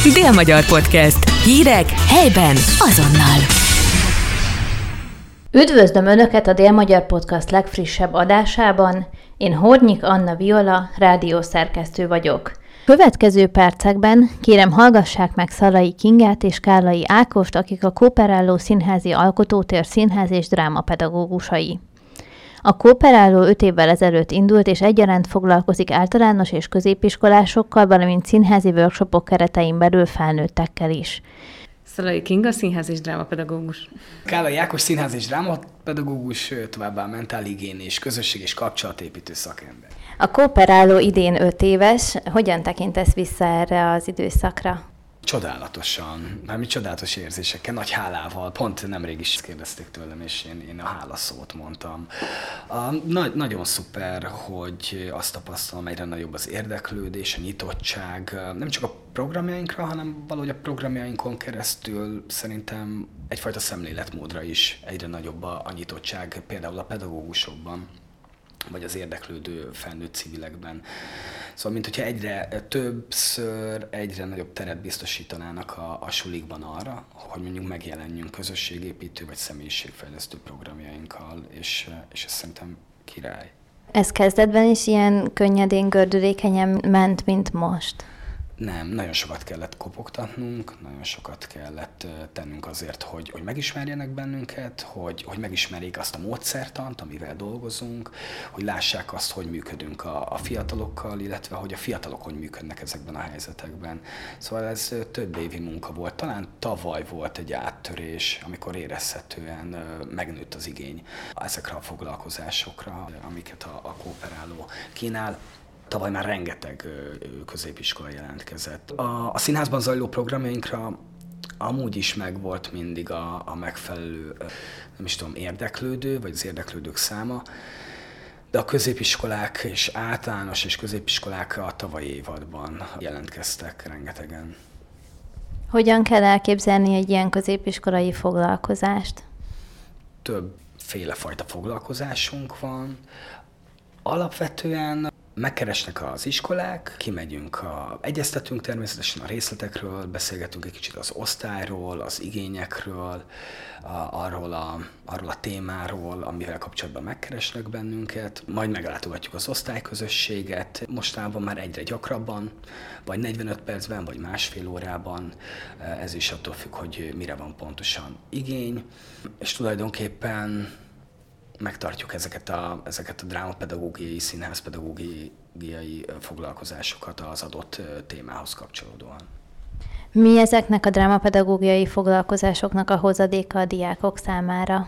Dél-Magyar Podcast. Hírek helyben azonnal. Üdvözlöm Önöket a Dél-Magyar Podcast legfrissebb adásában. Én Hornyik Anna Viola, rádiószerkesztő vagyok. Következő percekben kérem hallgassák meg Szalai Kingát és Kállai Ákost, akik a Kooperáló Színházi Alkotótér színház és drámapedagógusai. A Kooperáló 5 évvel ezelőtt indult, és egyaránt foglalkozik általános és középiskolásokkal, valamint színházi workshopok keretein belül felnőttekkel is. Szalai Kinga, színház és drámapedagógus. Kállai Ákos, színház és drámapedagógus, továbbá mentálhigiénés, közösség és kapcsolatépítő szakember. A Kooperáló idén 5 éves. Hogyan tekintesz vissza erre az időszakra? Csodálatosan, mármint csodálatos érzésekkel, nagy hálával. Pont nemrég is kérdezték tőlem, és én a hálaszót mondtam. Nagyon szuper, hogy azt tapasztalom, egyre nagyobb az érdeklődés, a nyitottság, nem csak a programjainkra, hanem valahogy a programjainkon keresztül szerintem egyfajta szemléletmódra is egyre nagyobb a nyitottság, például a pedagógusokban, vagy az érdeklődő felnőtt civilekben. Szóval, mint hogyha egyre többször, egyre nagyobb teret biztosítanának a sulikban arra, hogy mondjuk megjelenjünk közösségépítő vagy személyiségfejlesztő programjainkkal, és ez szerintem király. Ez kezdetben is ilyen könnyedén, gördülékenyen ment, mint most? Nem, nagyon sokat kellett kopogtatnunk, nagyon sokat kellett tennünk azért, hogy megismerjenek bennünket, hogy megismerjék azt a módszertant, amivel dolgozunk, hogy lássák azt, hogy működünk a fiatalokkal, illetve hogy a fiatalok hogy működnek ezekben a helyzetekben. Szóval ez több évi munka volt. Talán tavaly volt egy áttörés, amikor érezhetően megnőtt az igény ezekre a foglalkozásokra, amiket a Kooperáló kínál. Tavaly már rengeteg középiskola jelentkezett. A színházban zajló programjainkra amúgy is megvolt mindig a megfelelő, nem is tudom, érdeklődő, vagy az érdeklődők száma, de a középiskolák és általános és középiskolák a tavalyi évadban jelentkeztek rengetegen. Hogyan kell elképzelni egy ilyen középiskolai foglalkozást? Többféle fajta foglalkozásunk van. Alapvetően megkeresnek az iskolák, kimegyünk, egyeztetünk természetesen a részletekről, beszélgetünk egy kicsit az osztályról, az igényekről, arról a témáról, amivel kapcsolatban megkeresnek bennünket, majd meglátogatjuk az osztályközösséget, mostanában már egyre gyakrabban, vagy 45 percben, vagy másfél órában, ez is attól függ, hogy mire van pontosan igény, és tulajdonképpen megtartjuk ezeket a drámapedagógiai, színházpedagógiai foglalkozásokat az adott témához kapcsolódóan. Mi ezeknek a drámapedagógiai foglalkozásoknak a hozadéka a diákok számára?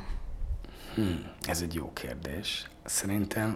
Ez egy jó kérdés. Szerintem,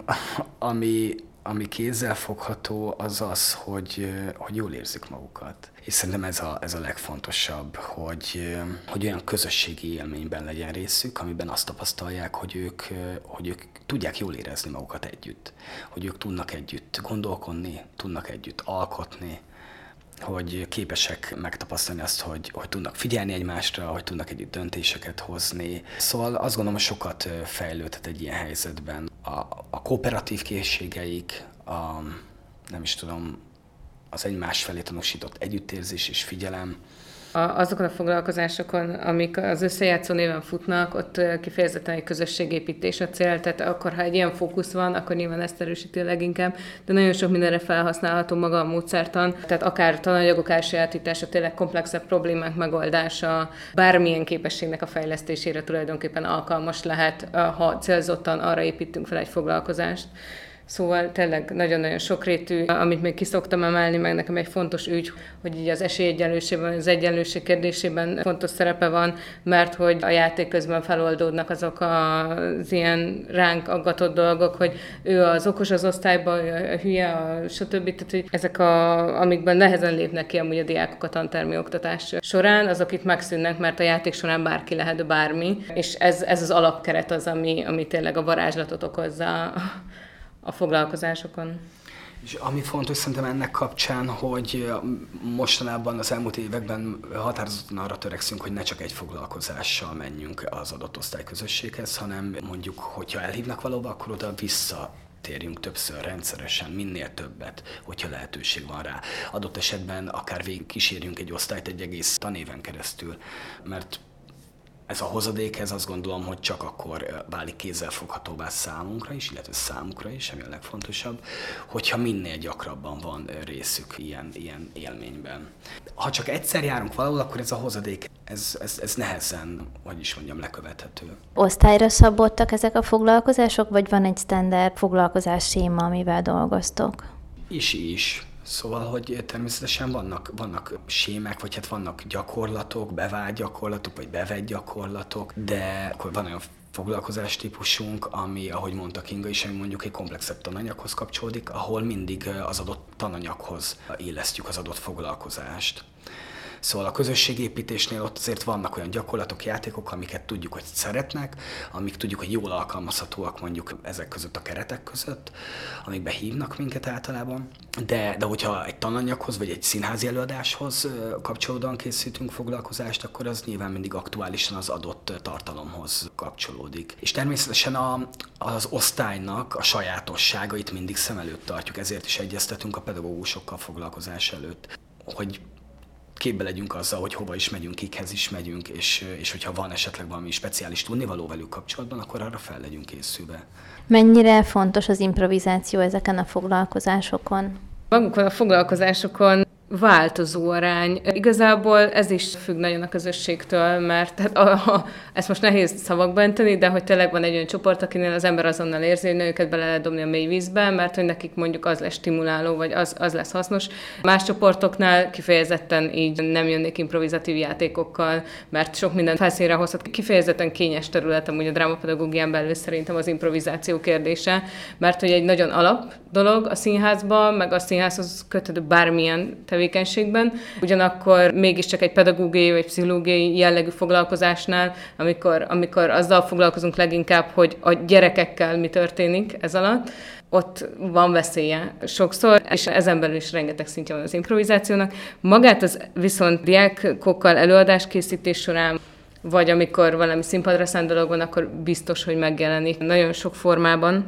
ami kézzelfogható, az az, hogy jól érzik magukat. És szerintem ez a legfontosabb, hogy olyan közösségi élményben legyen részük, amiben azt tapasztalják, hogy ők tudják jól érezni magukat együtt. Hogy ők tudnak együtt gondolkodni, tudnak együtt alkotni, hogy képesek megtapasztalni azt, hogy tudnak figyelni egymásra, hogy tudnak együtt döntéseket hozni. Szóval azt gondolom, hogy sokat fejlődhet egy ilyen helyzetben. A kooperatív készségeik, nem is tudom, az egymás felé tanúsított együttérzés és figyelem. Azokon a foglalkozásokon, amik az összejátszó néven futnak, ott kifejezetten egy közösségépítés a cél, tehát akkor, ha egy ilyen fókusz van, akkor nyilván ezt erősíti leginkább, de nagyon sok mindenre felhasználható maga a módszertan, tehát akár tananyagok elsajátítása, tényleg komplexebb problémák megoldása, bármilyen képességnek a fejlesztésére tulajdonképpen alkalmas lehet, ha célzottan arra építünk fel egy foglalkozást. Szóval tényleg nagyon-nagyon sokrétű, amit még ki szoktam emelni, meg nekem egy fontos ügy, hogy így az esélyegyenlőségben, az egyenlőség kérdésében fontos szerepe van, mert hogy a játék közben feloldódnak azok az ilyen ránk aggatott dolgok, hogy ő az okos az osztályban, ő a hülye, stb. Tehát, hogy ezek amikben nehezen lépnek ki amúgy a diákok a tantermi oktatás során, azok itt megszűnnek, mert a játék során bárki lehet bármi, és ez az alapkeret az, ami tényleg a varázslatot okozza a foglalkozásokon. És ami fontos szerintem ennek kapcsán, hogy mostanában az elmúlt években határozottan arra törekszünk, hogy ne csak egy foglalkozással menjünk az adott osztályközösséghez, hanem mondjuk, hogyha elhívnak valahova, akkor oda vissza visszatérjünk többször rendszeresen, minél többet, hogyha lehetőség van rá. Adott esetben akár végig kísérjünk egy osztályt egy egész tanéven keresztül, mert ez a hozadék, ez azt gondolom, hogy csak akkor válik kézzelfoghatóvá számunkra is, illetve számukra is, ami a legfontosabb, hogyha minél gyakrabban van részük ilyen élményben. Ha csak egyszer járunk valahol, akkor ez a hozadék, ez nehezen, lekövethető. Osztályra szabottak ezek a foglalkozások, vagy van egy standard foglalkozás séma, amivel dolgoztok? Is. Szóval, hogy természetesen vannak sémák, vagy hát vannak gyakorlatok, bevált gyakorlatok, vagy bevett gyakorlatok, de akkor van olyan foglalkozástípusunk, ami, ahogy mondta Kinga is, ami mondjuk egy komplexebb tananyaghoz kapcsolódik, ahol mindig az adott tananyaghoz illesztjük az adott foglalkozást. Szóval a közösségépítésnél ott azért vannak olyan gyakorlatok, játékok, amiket tudjuk, hogy szeretnek, amik tudjuk, hogy jól alkalmazhatóak mondjuk ezek között a keretek között, amikbe hívnak minket általában. De hogyha egy tananyaghoz vagy egy színházi előadáshoz kapcsolódóan készítünk foglalkozást, akkor az nyilván mindig aktuálisan az adott tartalomhoz kapcsolódik. És természetesen az osztálynak a sajátosságait mindig szem előtt tartjuk, ezért is egyeztetünk a pedagógusokkal foglalkozás előtt, hogy képbe legyünk azzal, hogy hova is megyünk, kikhez is megyünk, és hogyha van esetleg valami speciális tudnivaló velük kapcsolatban, akkor arra fel legyünk készülve. Mennyire fontos az improvizáció ezeken a foglalkozásokon? Magukon a foglalkozásokon változó arány. Igazából ez is függ nagyon a közösségtől, mert ezt most nehéz szavakba önteni, de hogy tényleg van egy olyan csoport, akinél az ember azonnal érzi, hogy őket bele lehet dobni a mély vízbe, mert hogy nekik mondjuk az lesz stimuláló, vagy az lesz hasznos. Más csoportoknál kifejezetten így nem jönnék improvizatív játékokkal, mert sok minden felszínre hozhat. Kifejezetten kényes terület amúgy a drámapedagógián belül szerintem az improvizáció kérdése, mert hogy egy nagyon alap dolog a színházban, meg a színházhoz kötődő bármilyen tevékenységben. Ugyanakkor mégiscsak egy pedagógiai vagy pszichológiai jellegű foglalkozásnál, amikor azzal foglalkozunk leginkább, hogy a gyerekekkel mi történik ez alatt, ott van veszélye sokszor, és ezen belül is rengeteg szintje van az improvizációnak. Magát az viszont diákokkal előadáskészítés során, vagy amikor valami színpadra szánt dolog van, akkor biztos, hogy megjelenik nagyon sok formában.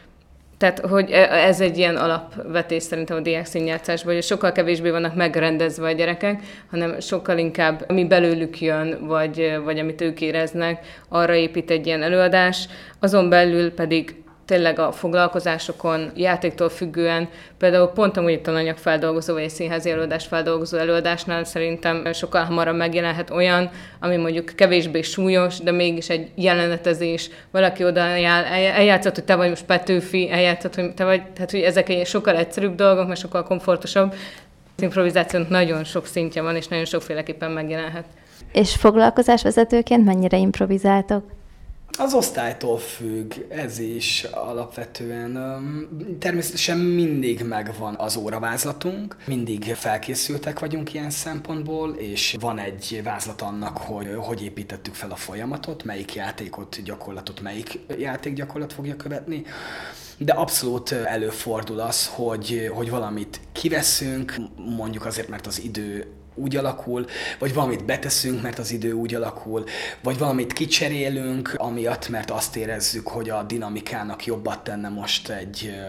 Tehát, hogy ez egy ilyen alapvetés szerintem a diák színjátszásban, hogy sokkal kevésbé vannak megrendezve a gyerekek, hanem sokkal inkább, ami belőlük jön, vagy amit ők éreznek, arra épít egy ilyen előadás. Azon belül pedig tényleg a foglalkozásokon, játéktól függően, például pont amúgy itt a tananyagfeldolgozó vagy egy színházi előadás feldolgozó előadásnál szerintem sokkal hamarabb megjelenhet olyan, ami mondjuk kevésbé súlyos, de mégis egy jelenetezés, valaki oda eljátszott, hogy te vagy most Petőfi, eljátszott, hogy te vagy, tehát hogy ezek egy sokkal egyszerűbb dolgok, mert sokkal komfortosabb. Az improvizációnak nagyon sok szintje van, és nagyon sokféleképpen megjelenhet. És foglalkozásvezetőként mennyire improvizáltok? Az osztálytól függ, ez is alapvetően. Természetesen mindig megvan az óravázlatunk, mindig felkészültek vagyunk ilyen szempontból, és van egy vázlat annak, hogy építettük fel a folyamatot, melyik gyakorlatot melyik játékgyakorlat fogja követni. De abszolút előfordul az, hogy valamit kiveszünk, mondjuk azért, mert az idő úgy alakul, vagy valamit beteszünk, mert az idő úgy alakul, vagy valamit kicserélünk, amiatt, mert azt érezzük, hogy a dinamikának jobbat tenne most egy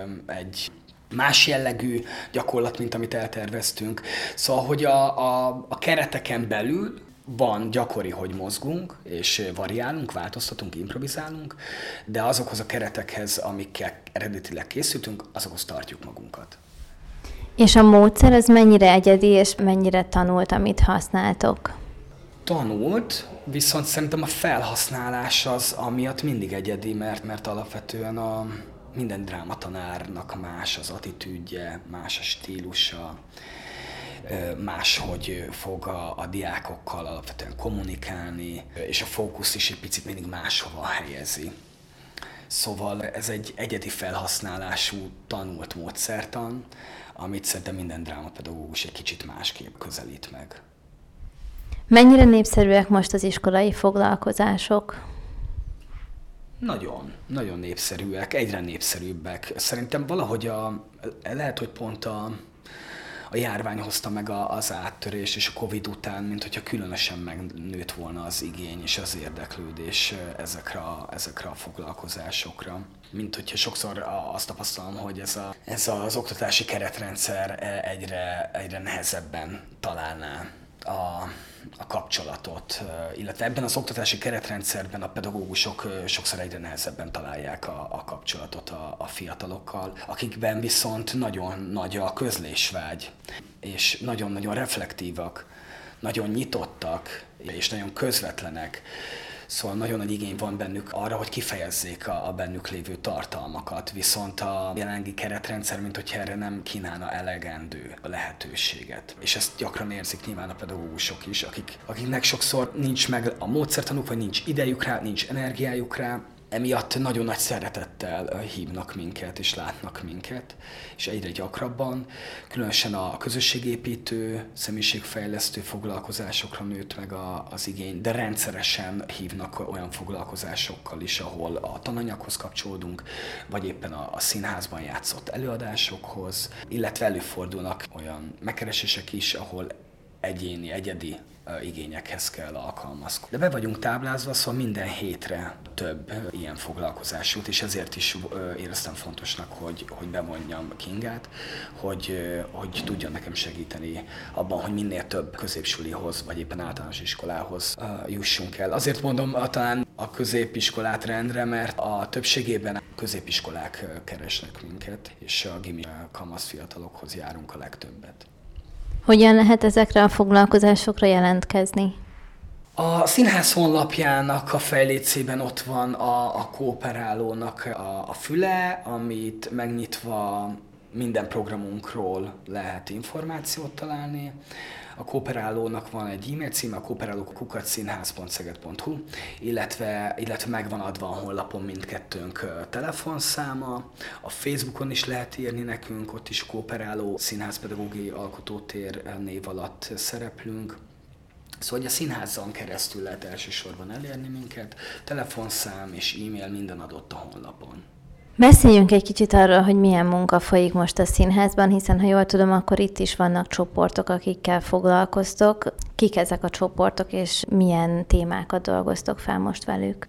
más jellegű gyakorlat, mint amit elterveztünk. Szóval, hogy a kereteken belül van gyakori, hogy mozgunk, és variálunk, változtatunk, improvizálunk, de azokhoz a keretekhez, amikkel eredetileg készültünk, azokhoz tartjuk magunkat. És a módszer az mennyire egyedi, és mennyire tanult, amit használtok? Tanult, viszont szerintem a felhasználás az amiatt mindig egyedi, mert alapvetően minden drámatanárnak más az attitűdje, más a stílusa, máshogy fog a diákokkal alapvetően kommunikálni, és a fókusz is egy picit mindig máshova helyezi. Szóval ez egy egyedi felhasználású tanult módszertan, amit szerintem minden drámapedagógus egy kicsit másképp közelít meg. Mennyire népszerűek most az iskolai foglalkozások? Nagyon népszerűek, egyre népszerűbbek. Szerintem valahogy lehet, hogy pont a járvány hozta meg az áttörést, és a Covid után, mint hogyha különösen megnőtt volna az igény és az érdeklődés ezekre a foglalkozásokra. Mint hogyha sokszor azt tapasztalom, hogy ez az oktatási keretrendszer egyre nehezebben találná a kapcsolatot, illetve ebben az oktatási keretrendszerben a pedagógusok sokszor egyre nehezebben találják a kapcsolatot a fiatalokkal, akikben viszont nagyon nagy a közlésvágy, és nagyon-nagyon reflektívak, nagyon nyitottak, és nagyon közvetlenek. Szóval nagyon nagy igény van bennük arra, hogy kifejezzék a bennük lévő tartalmakat, viszont a jelenlegi keretrendszer, mint hogyha erre nem kínálna elegendő lehetőséget. És ezt gyakran érzik nyilván a pedagógusok is, akiknek sokszor nincs meg a módszertanuk, vagy nincs idejük rá, nincs energiájuk rá, emiatt nagyon nagy szeretettel hívnak minket és látnak minket, és egyre gyakrabban, különösen a közösségépítő, személyiségfejlesztő foglalkozásokra nőtt meg az igény, de rendszeresen hívnak olyan foglalkozásokkal is, ahol a tananyaghoz kapcsolódunk, vagy éppen a színházban játszott előadásokhoz, illetve előfordulnak olyan megkeresések is, ahol egyedi igényekhez kell alkalmazkodni. De be vagyunk táblázva, szóval minden hétre több ilyen foglalkozás jut, és ezért is éreztem fontosnak, hogy bevonjam Kingát, hogy tudjon nekem segíteni abban, hogy minél több középsulihoz, vagy éppen általános iskolához jussunk el. Azért mondom talán a középiskolát rendre, mert a többségében a középiskolák keresnek minket, és a gimi kamasz fiatalokhoz járunk a legtöbbet. Hogyan lehet ezekre a foglalkozásokra jelentkezni? A színház honlapjának a fejlécében ott van a kooperálónak a füle, amit megnyitva minden programunkról lehet információt találni. A kooperálónak van egy e-mail címe, a kooperáló@színház.szeged.hu, illetve meg van adva a honlapon mindkettőnk telefonszáma. A Facebookon is lehet írni nekünk, ott is Kooperáló Színházpedagógiai Alkotótér név alatt szereplünk. Szóval a színházzal keresztül lehet elsősorban elérni minket, telefonszám és e-mail minden adott a honlapon. Beszéljünk egy kicsit arról, hogy milyen munka folyik most a színházban, hiszen ha jól tudom, akkor itt is vannak csoportok, akikkel foglalkoztok. Kik ezek a csoportok, és milyen témákat dolgoztok fel most velük?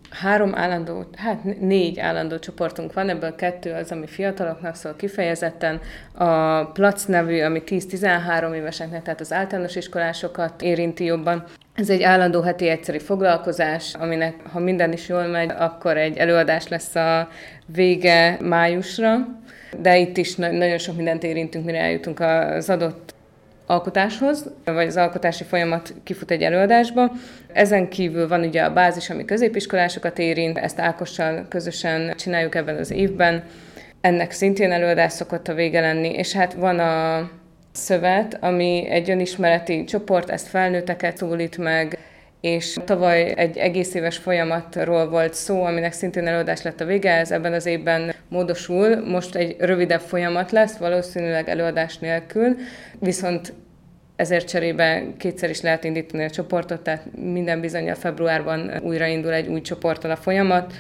4 állandó csoportunk van, ebből 2 az, ami fiataloknak szól kifejezetten. A Plac nevű, ami 10-13 éveseknek, tehát az általános iskolásokat érinti jobban. Ez egy állandó heti egyszeri foglalkozás, aminek, ha minden is jól megy, akkor egy előadás lesz a vége májusra, de itt is nagyon sok mindent érintünk, mire eljutunk az adott alkotáshoz, vagy az alkotási folyamat kifut egy előadásba. Ezen kívül van ugye a bázis, ami középiskolásokat érint, ezt Ákossal közösen csináljuk ebben az évben. Ennek szintén előadás szokott a vége lenni, és hát van a Szövet, ami egy önismereti csoport, ezt felnőtteket szólít meg, és tavaly egy egész éves folyamatról volt szó, aminek szintén előadás lett a vége, ez ebben az évben módosul, most egy rövidebb folyamat lesz, valószínűleg előadás nélkül, viszont ezért cserébe 2-szer is lehet indítani a csoportot, tehát minden bizonnyal februárban újraindul egy új csoporttal a folyamat.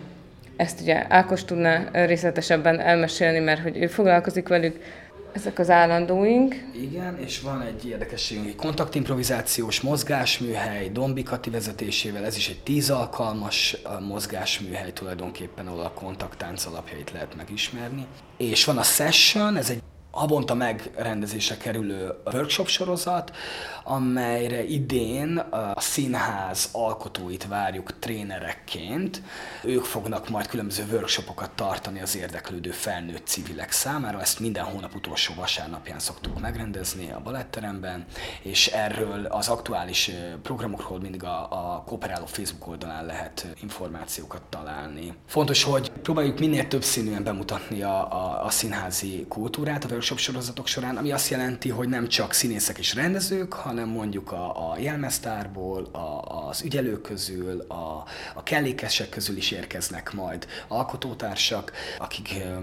Ezt ugye Ákos tudna részletesebben elmesélni, mert hogy ő foglalkozik velük. Ezek az állandóink. Igen, és van egy érdekességünk, egy kontaktimprovizációs mozgásműhely, Dombi Kati vezetésével, ez is egy 10 alkalmas mozgásműhely tulajdonképpen, ahol a kontakttánc alapjait lehet megismerni. És van a Session, ez egy havonta megrendezésre kerülő workshop sorozat, amelyre idén a színház alkotóit várjuk trénerekként. Ők fognak majd különböző workshopokat tartani az érdeklődő felnőtt civilek számára. Ezt minden hónap utolsó vasárnapján szoktuk megrendezni a baletteremben, és erről az aktuális programokról mindig a Kooperáló Facebook oldalán lehet információkat találni. Fontos, hogy próbáljuk minél többszínűen bemutatni a színházi kultúrát a workshop sorozatok során, ami azt jelenti, hogy nem csak színészek és rendezők, hanem mondjuk a jelmeztárból, az ügyelők közül, a kellékesek közül is érkeznek majd alkotótársak, akik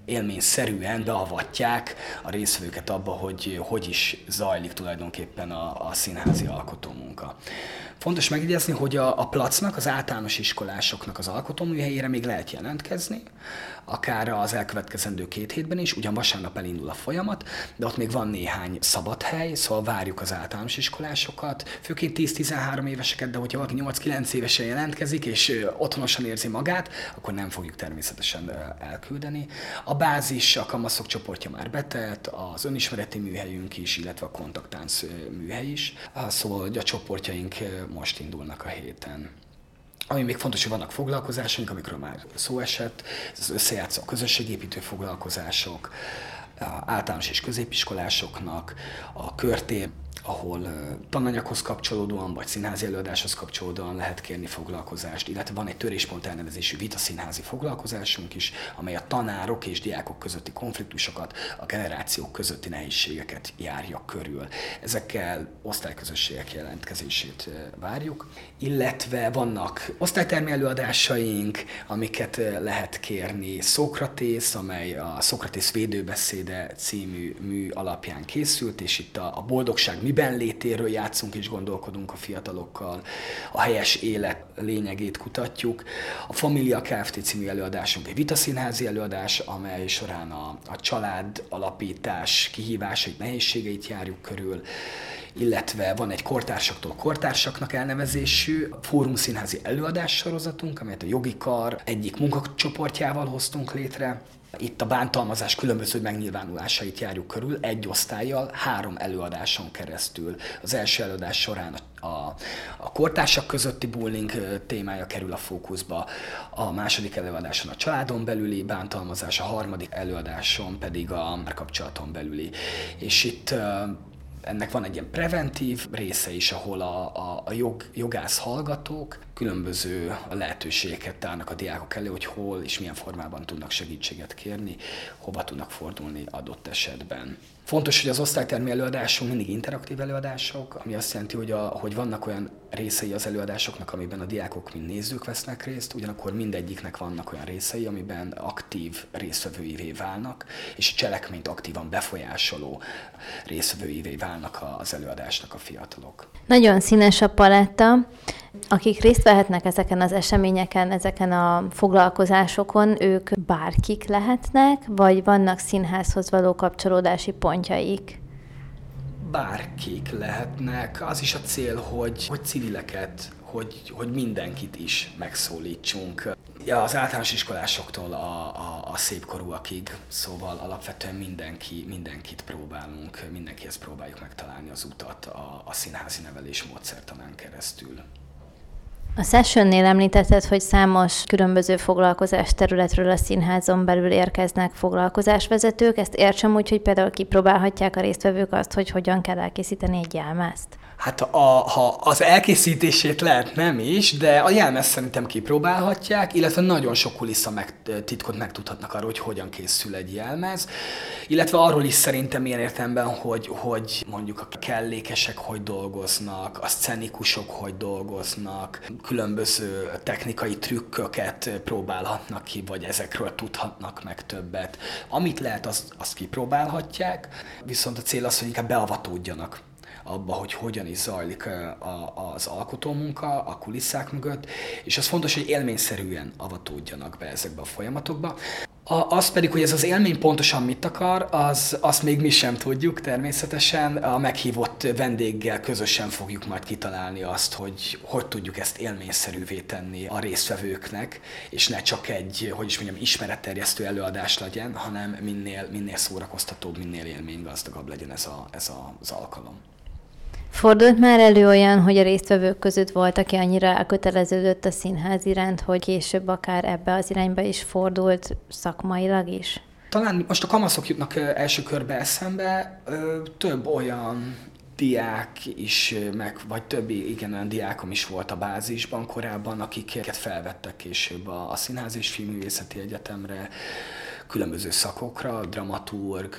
élményszerűen beavatják a résztvevőket abba, hogy is zajlik tulajdonképpen a színházi alkotómunka. Fontos megjegyezni, hogy a placnak, az általános iskolásoknak az alkotóműhelyére még lehet jelentkezni, akár az elkövetkezendő 2 hétben is, ugyan vasárnap elindul a folyamat, de ott még van néhány szabad hely, szóval várjuk az általános iskolásokat, főként 10-13 éveseket, de hogyha valaki 8-9 évesen jelentkezik, és otthonosan érzi magát, akkor nem fogjuk természetesen elküldeni. A bázis, a kamaszok csoportja már betelt, az önismereti műhelyünk is, illetve a kontakttánc műhely is, szóval hogy a csoportjaink most indulnak a héten. Ami még fontos, hogy vannak foglalkozásaink, amikről már szó esett, ez az összejátszó a közösségépítő foglalkozások, általános és középiskolásoknak, a körtér, ahol tananyaghoz kapcsolódóan, vagy színházi előadáshoz kapcsolódóan lehet kérni foglalkozást, illetve van egy töréspont elnevezésű vitaszínházi foglalkozásunk is, amely a tanárok és diákok közötti konfliktusokat, a generációk közötti nehézségeket járja körül. Ezekkel osztályközösségek jelentkezését várjuk, illetve vannak osztálytermi előadásaink, amiket lehet kérni. Szókratész, amely a Szókratész védőbeszéde című mű alapján készült, és itt a boldogság miben létéről játszunk és gondolkodunk a fiatalokkal, a helyes élet lényegét kutatjuk. A Família Kft. Című előadásunk egy vitaszínházi előadás, amely során a család alapítás kihívásait, nehézségeit járjuk körül, illetve van egy kortársaktól kortársaknak elnevezésű Fórum színházi előadás sorozatunk, amelyet a Jogi Kar egyik munkacsoportjával hoztunk létre. Itt a bántalmazás különböző megnyilvánulásait járjuk körül, egy osztállyal, 3 előadáson keresztül. Az első előadás során a kortársak közötti bullying témája kerül a fókuszba, a második előadáson a családon belüli bántalmazás, a harmadik előadáson pedig a kapcsolaton belüli. És itt ennek van egy ilyen preventív része is, ahol a jogász hallgatók különböző lehetőségeket tárnak a diákok elő, hogy hol és milyen formában tudnak segítséget kérni, hova tudnak fordulni adott esetben. Fontos, hogy az osztálytermi előadásunk mindig interaktív előadások, ami azt jelenti, hogy vannak olyan részei az előadásoknak, amiben a diákok mind nézők vesznek részt, ugyanakkor mindegyiknek vannak olyan részei, amiben aktív résztvevőivé válnak, és a cselekményt aktívan befolyásoló résztvevőivé válnak az előadásnak a fiatalok. Nagyon színes a paletta. Akik részt vehetnek ezeken az eseményeken, ezeken a foglalkozásokon, ők bárkik lehetnek, vagy vannak színházhoz való kapcsolódási pontjaik? Bárkik lehetnek. Az is a cél, hogy civileket, hogy mindenkit is megszólítsunk. Az általános iskolásoktól a szépkorúakig, szóval alapvetően mindenkit próbálunk, mindenkihez próbáljuk megtalálni az utat a színházi nevelés módszertanán keresztül. A Sessionnél említetted, hogy számos különböző foglalkozás területről a színházon belül érkeznek foglalkozásvezetők. Ezt értsem úgy, hogy például kipróbálhatják a résztvevők azt, hogy hogyan kell elkészíteni egy jelmezt? Hát ha az elkészítését lehet nem is, de a jelmezt szerintem kipróbálhatják, illetve nagyon sok titkot megtudhatnak arról, hogy hogyan készül egy jelmez, illetve arról is szerintem ilyen értelemben, hogy mondjuk a kellékesek hogy dolgoznak, a szcenikusok hogy dolgoznak, különböző technikai trükköket próbálhatnak ki, vagy ezekről tudhatnak meg többet. Amit lehet, azt kipróbálhatják, viszont a cél az, hogy inkább beavatódjanak abba, hogy hogyan is zajlik az alkotómunka a kulisszák mögött, és az fontos, hogy élményszerűen avatódjanak be ezekbe a folyamatokba. Az pedig, hogy ez az élmény pontosan mit akar, azt még mi sem tudjuk természetesen. A meghívott vendéggel közösen fogjuk majd kitalálni azt, hogy tudjuk ezt élményszerűvé tenni a résztvevőknek, és ne csak egy, ismeretterjesztő előadás legyen, hanem minél szórakoztatóbb, minél élménygazdagabb legyen ez az alkalom. Fordult már elő olyan, hogy a résztvevők között volt, aki annyira elköteleződött a színház iránt, hogy később akár ebbe az irányba is fordult szakmailag is? Talán most a kamaszok jutnak első körbe eszembe, több olyan diák is, vagy több olyan diákom is volt a bázisban korábban, akiket felvettek később a Színház és Filmművészeti Egyetemre, különböző szakokra, dramaturg,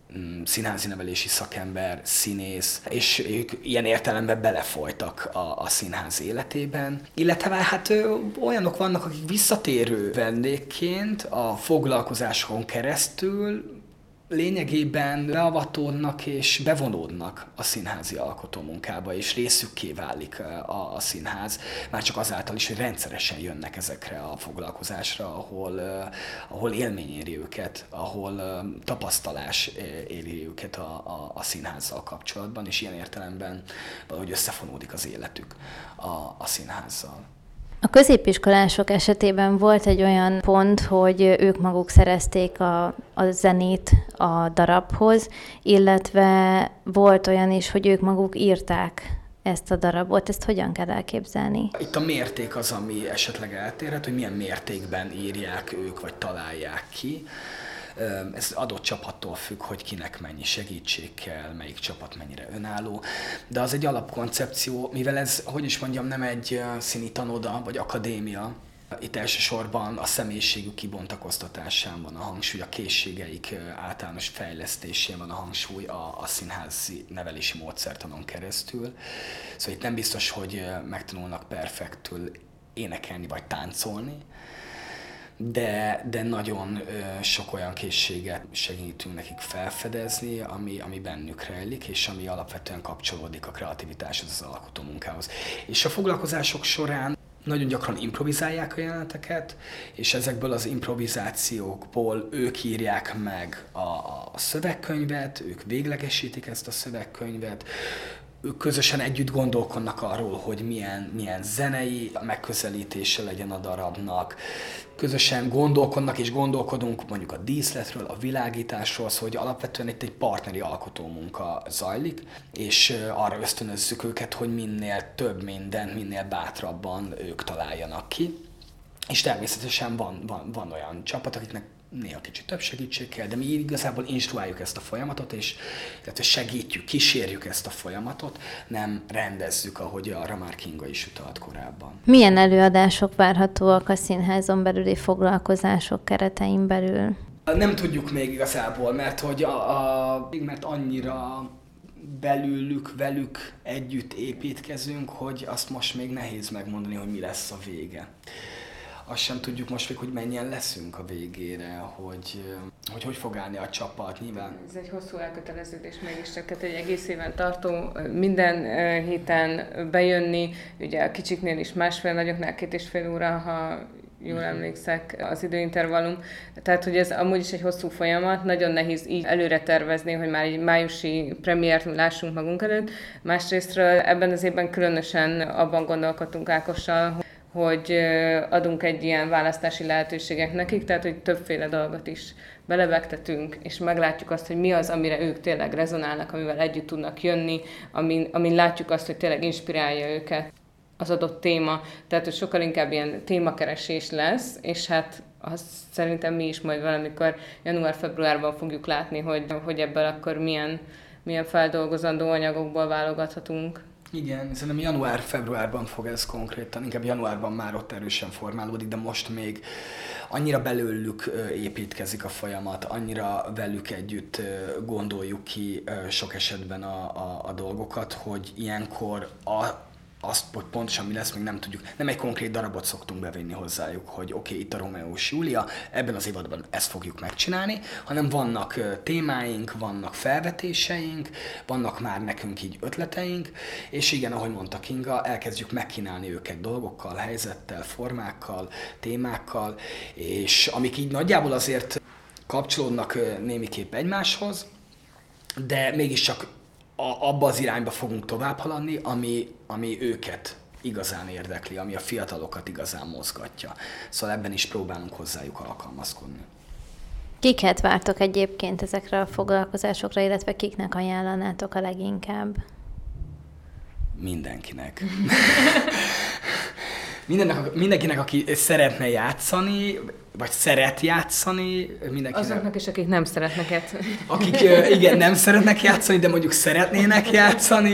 színházi nevelési szakember, színész, és ők ilyen értelemben belefolytak a színház életében. Illetve hát olyanok vannak, akik visszatérő vendégként a foglalkozásokon keresztül lényegében beavatódnak és bevonódnak a színházi alkotómunkába, és részükké válik a színház, már csak azáltal is, hogy rendszeresen jönnek ezekre a foglalkozásra, ahol élmény éri őket, ahol tapasztalás éri őket a színházzal kapcsolatban, és ilyen értelemben valahogy összefonódik az életük a színházzal. A középiskolások esetében volt egy olyan pont, hogy ők maguk szerezték a zenét a darabhoz, illetve volt olyan is, hogy ők maguk írták ezt a darabot. Ezt hogyan kell elképzelni? Itt a mérték az, ami esetleg eltérhet, hogy milyen mértékben írják ők, vagy találják ki. Ez adott csapattól függ, hogy kinek mennyi segítség kell, melyik csapat mennyire önálló, de az egy alapkoncepció, mivel ez, hogy is mondjam, nem egy színi tanoda vagy akadémia, itt elsősorban a személyiségük kibontakoztatásán van a hangsúly, a készségeik általános fejlesztésén van a hangsúly a színházi nevelési módszertanon keresztül. Szóval itt nem biztos, hogy megtanulnak perfektül énekelni vagy táncolni, de nagyon sok olyan készséget segítünk nekik felfedezni, ami bennük rejlik, és ami alapvetően kapcsolódik a kreativitáshoz, az alkotómunkához. És a foglalkozások során nagyon gyakran improvizálják a jeleneteket, és ezekből az improvizációkból ők írják meg a szövegkönyvet, ők véglegesítik ezt a szövegkönyvet, ők közösen együtt gondolkodnak arról, hogy milyen zenei megközelítése legyen a darabnak. Közösen gondolkodnak és gondolkodunk mondjuk a díszletről, a világításról, szóval hogy alapvetően itt egy partneri alkotómunka zajlik, és arra ösztönözzük őket, hogy minél több mindent, minél bátrabban ők találjanak ki. És természetesen van olyan csapat, akiknek néha kicsit több segítség kell, de mi igazából instruáljuk ezt a folyamatot, és segítjük, kísérjük ezt a folyamatot, nem rendezzük, ahogy arra már Kinga is utalt korábban. Milyen előadások várhatóak a színházon belüli foglalkozások keretein belül? Nem tudjuk még igazából, mert hogy mert annyira velük együtt építkezünk, hogy azt most még nehéz megmondani, hogy mi lesz a vége. Azt sem tudjuk most még, hogy mennyien leszünk a végére, hogy fog állni a csapat, nyilván. Ez egy hosszú elköteleződés mégiscsak, egy egész éven tartó, minden héten bejönni, ugye a kicsiknél is másfél, nagyoknál 2,5 óra, ha jól emlékszek, az időintervallum. Tehát, hogy ez amúgy is egy hosszú folyamat, nagyon nehéz így előre tervezni, hogy már egy májusi premiért lássunk magunk előtt. Másrésztről ebben az évben különösen abban gondolkodtunk Ákossal, hogy adunk egy ilyen választási lehetőséget nekik, tehát hogy többféle dolgot is belebegtetünk, és meglátjuk azt, hogy mi az, amire ők tényleg rezonálnak, amivel együtt tudnak jönni, amin látjuk azt, hogy tényleg inspirálja őket az adott téma. Tehát, hogy sokkal inkább ilyen témakeresés lesz, és hát azt szerintem mi is majd valamikor január-februárban fogjuk látni, hogy ebből akkor milyen feldolgozandó anyagokból válogathatunk. Igen, szerintem január-februárban fog ez konkrétan, inkább januárban már ott erősen formálódik, de most még annyira belőlük építkezik a folyamat, annyira velük együtt gondoljuk ki sok esetben a dolgokat, hogy ilyenkor azt, hogy pontosan mi lesz, még nem tudjuk. Nem egy konkrét darabot szoktunk bevinni hozzájuk, hogy oké, itt a Rómeó és Júlia, ebben az évadban ezt fogjuk megcsinálni, hanem vannak témáink, vannak felvetéseink, vannak már nekünk így ötleteink, és igen, ahogy mondta Kinga, elkezdjük megkínálni őket dolgokkal, helyzettel, formákkal, témákkal, és amik így nagyjából azért kapcsolódnak némiképp egymáshoz, de mégiscsak abba az irányba fogunk tovább haladni, ami őket igazán érdekli, ami a fiatalokat igazán mozgatja. Szóval ebben is próbálunk hozzájuk alkalmazkodni. Kiket vártok egyébként ezekre a foglalkozásokra, illetve kiknek ajánlanátok a leginkább? Mindenkinek. Mindenkinek, aki szeretne játszani, vagy szeret játszani. Azoknak is, akik nem szeretnek játszani. Akik igen, nem szeretnek játszani, de mondjuk szeretnének játszani.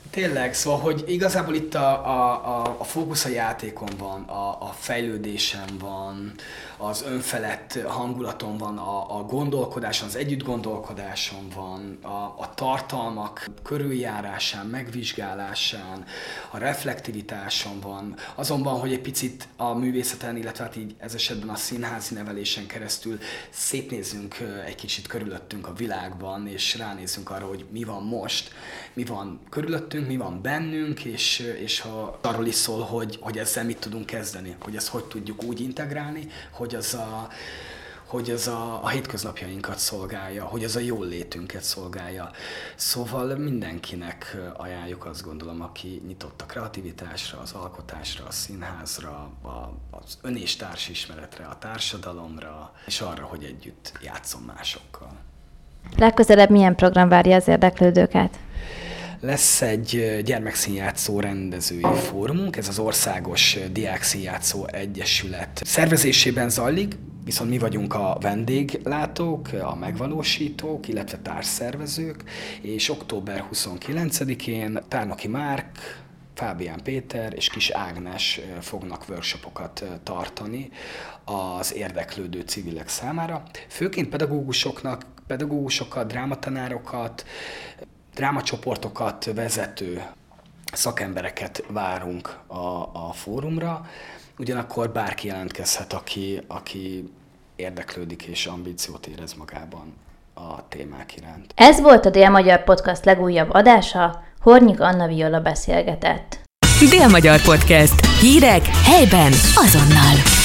Tényleg, szóval, hogy igazából itt a fókusz a játékon van, a fejlődésen van, az önfelett hangulaton van, a gondolkodáson, az együttgondolkodáson van, a tartalmak körüljárásán, megvizsgálásán, a reflektivitáson van, azon van, hogy egy picit a művészeten, illetve hát így ez esetben a színházi nevelésen keresztül szétnézzünk egy kicsit körülöttünk a világban, és ránézzünk arra, hogy mi van most, mi van körülöttünk, mi van bennünk, és ha arról is szól, hogy ezzel mit tudunk kezdeni, hogy ezt hogy tudjuk úgy integrálni, hogy az a hétköznapjainkat szolgálja, hogy az a jól létünket szolgálja. Szóval mindenkinek ajánljuk, azt gondolom, aki nyitott a kreativitásra, az alkotásra, a színházra, az ön- és társismeretre, a társadalomra, és arra, hogy együtt játszom másokkal. Legközelebb milyen program várja az érdeklődőket? Lesz egy gyermekszínjátszó rendezői fórumunk, ez az Országos Diákszínjátszó Egyesület szervezésében zajlik, viszont mi vagyunk a vendéglátók, a megvalósítók, illetve társszervezők, és október 29-én Tárnoki Márk, Fábián Péter és Kis Ágnes fognak workshopokat tartani az érdeklődő civilek számára. Főként pedagógusokat, drámatanárokat, drámacsoportokat vezető szakembereket várunk a fórumra, ugyanakkor bárki jelentkezhet, aki érdeklődik és ambíciót érez magában a témák iránt. Ez volt a Dél-Magyar Podcast legújabb adása, Hornyik Anna Viola beszélgetett. Dél-Magyar Podcast. Hírek helyben azonnal.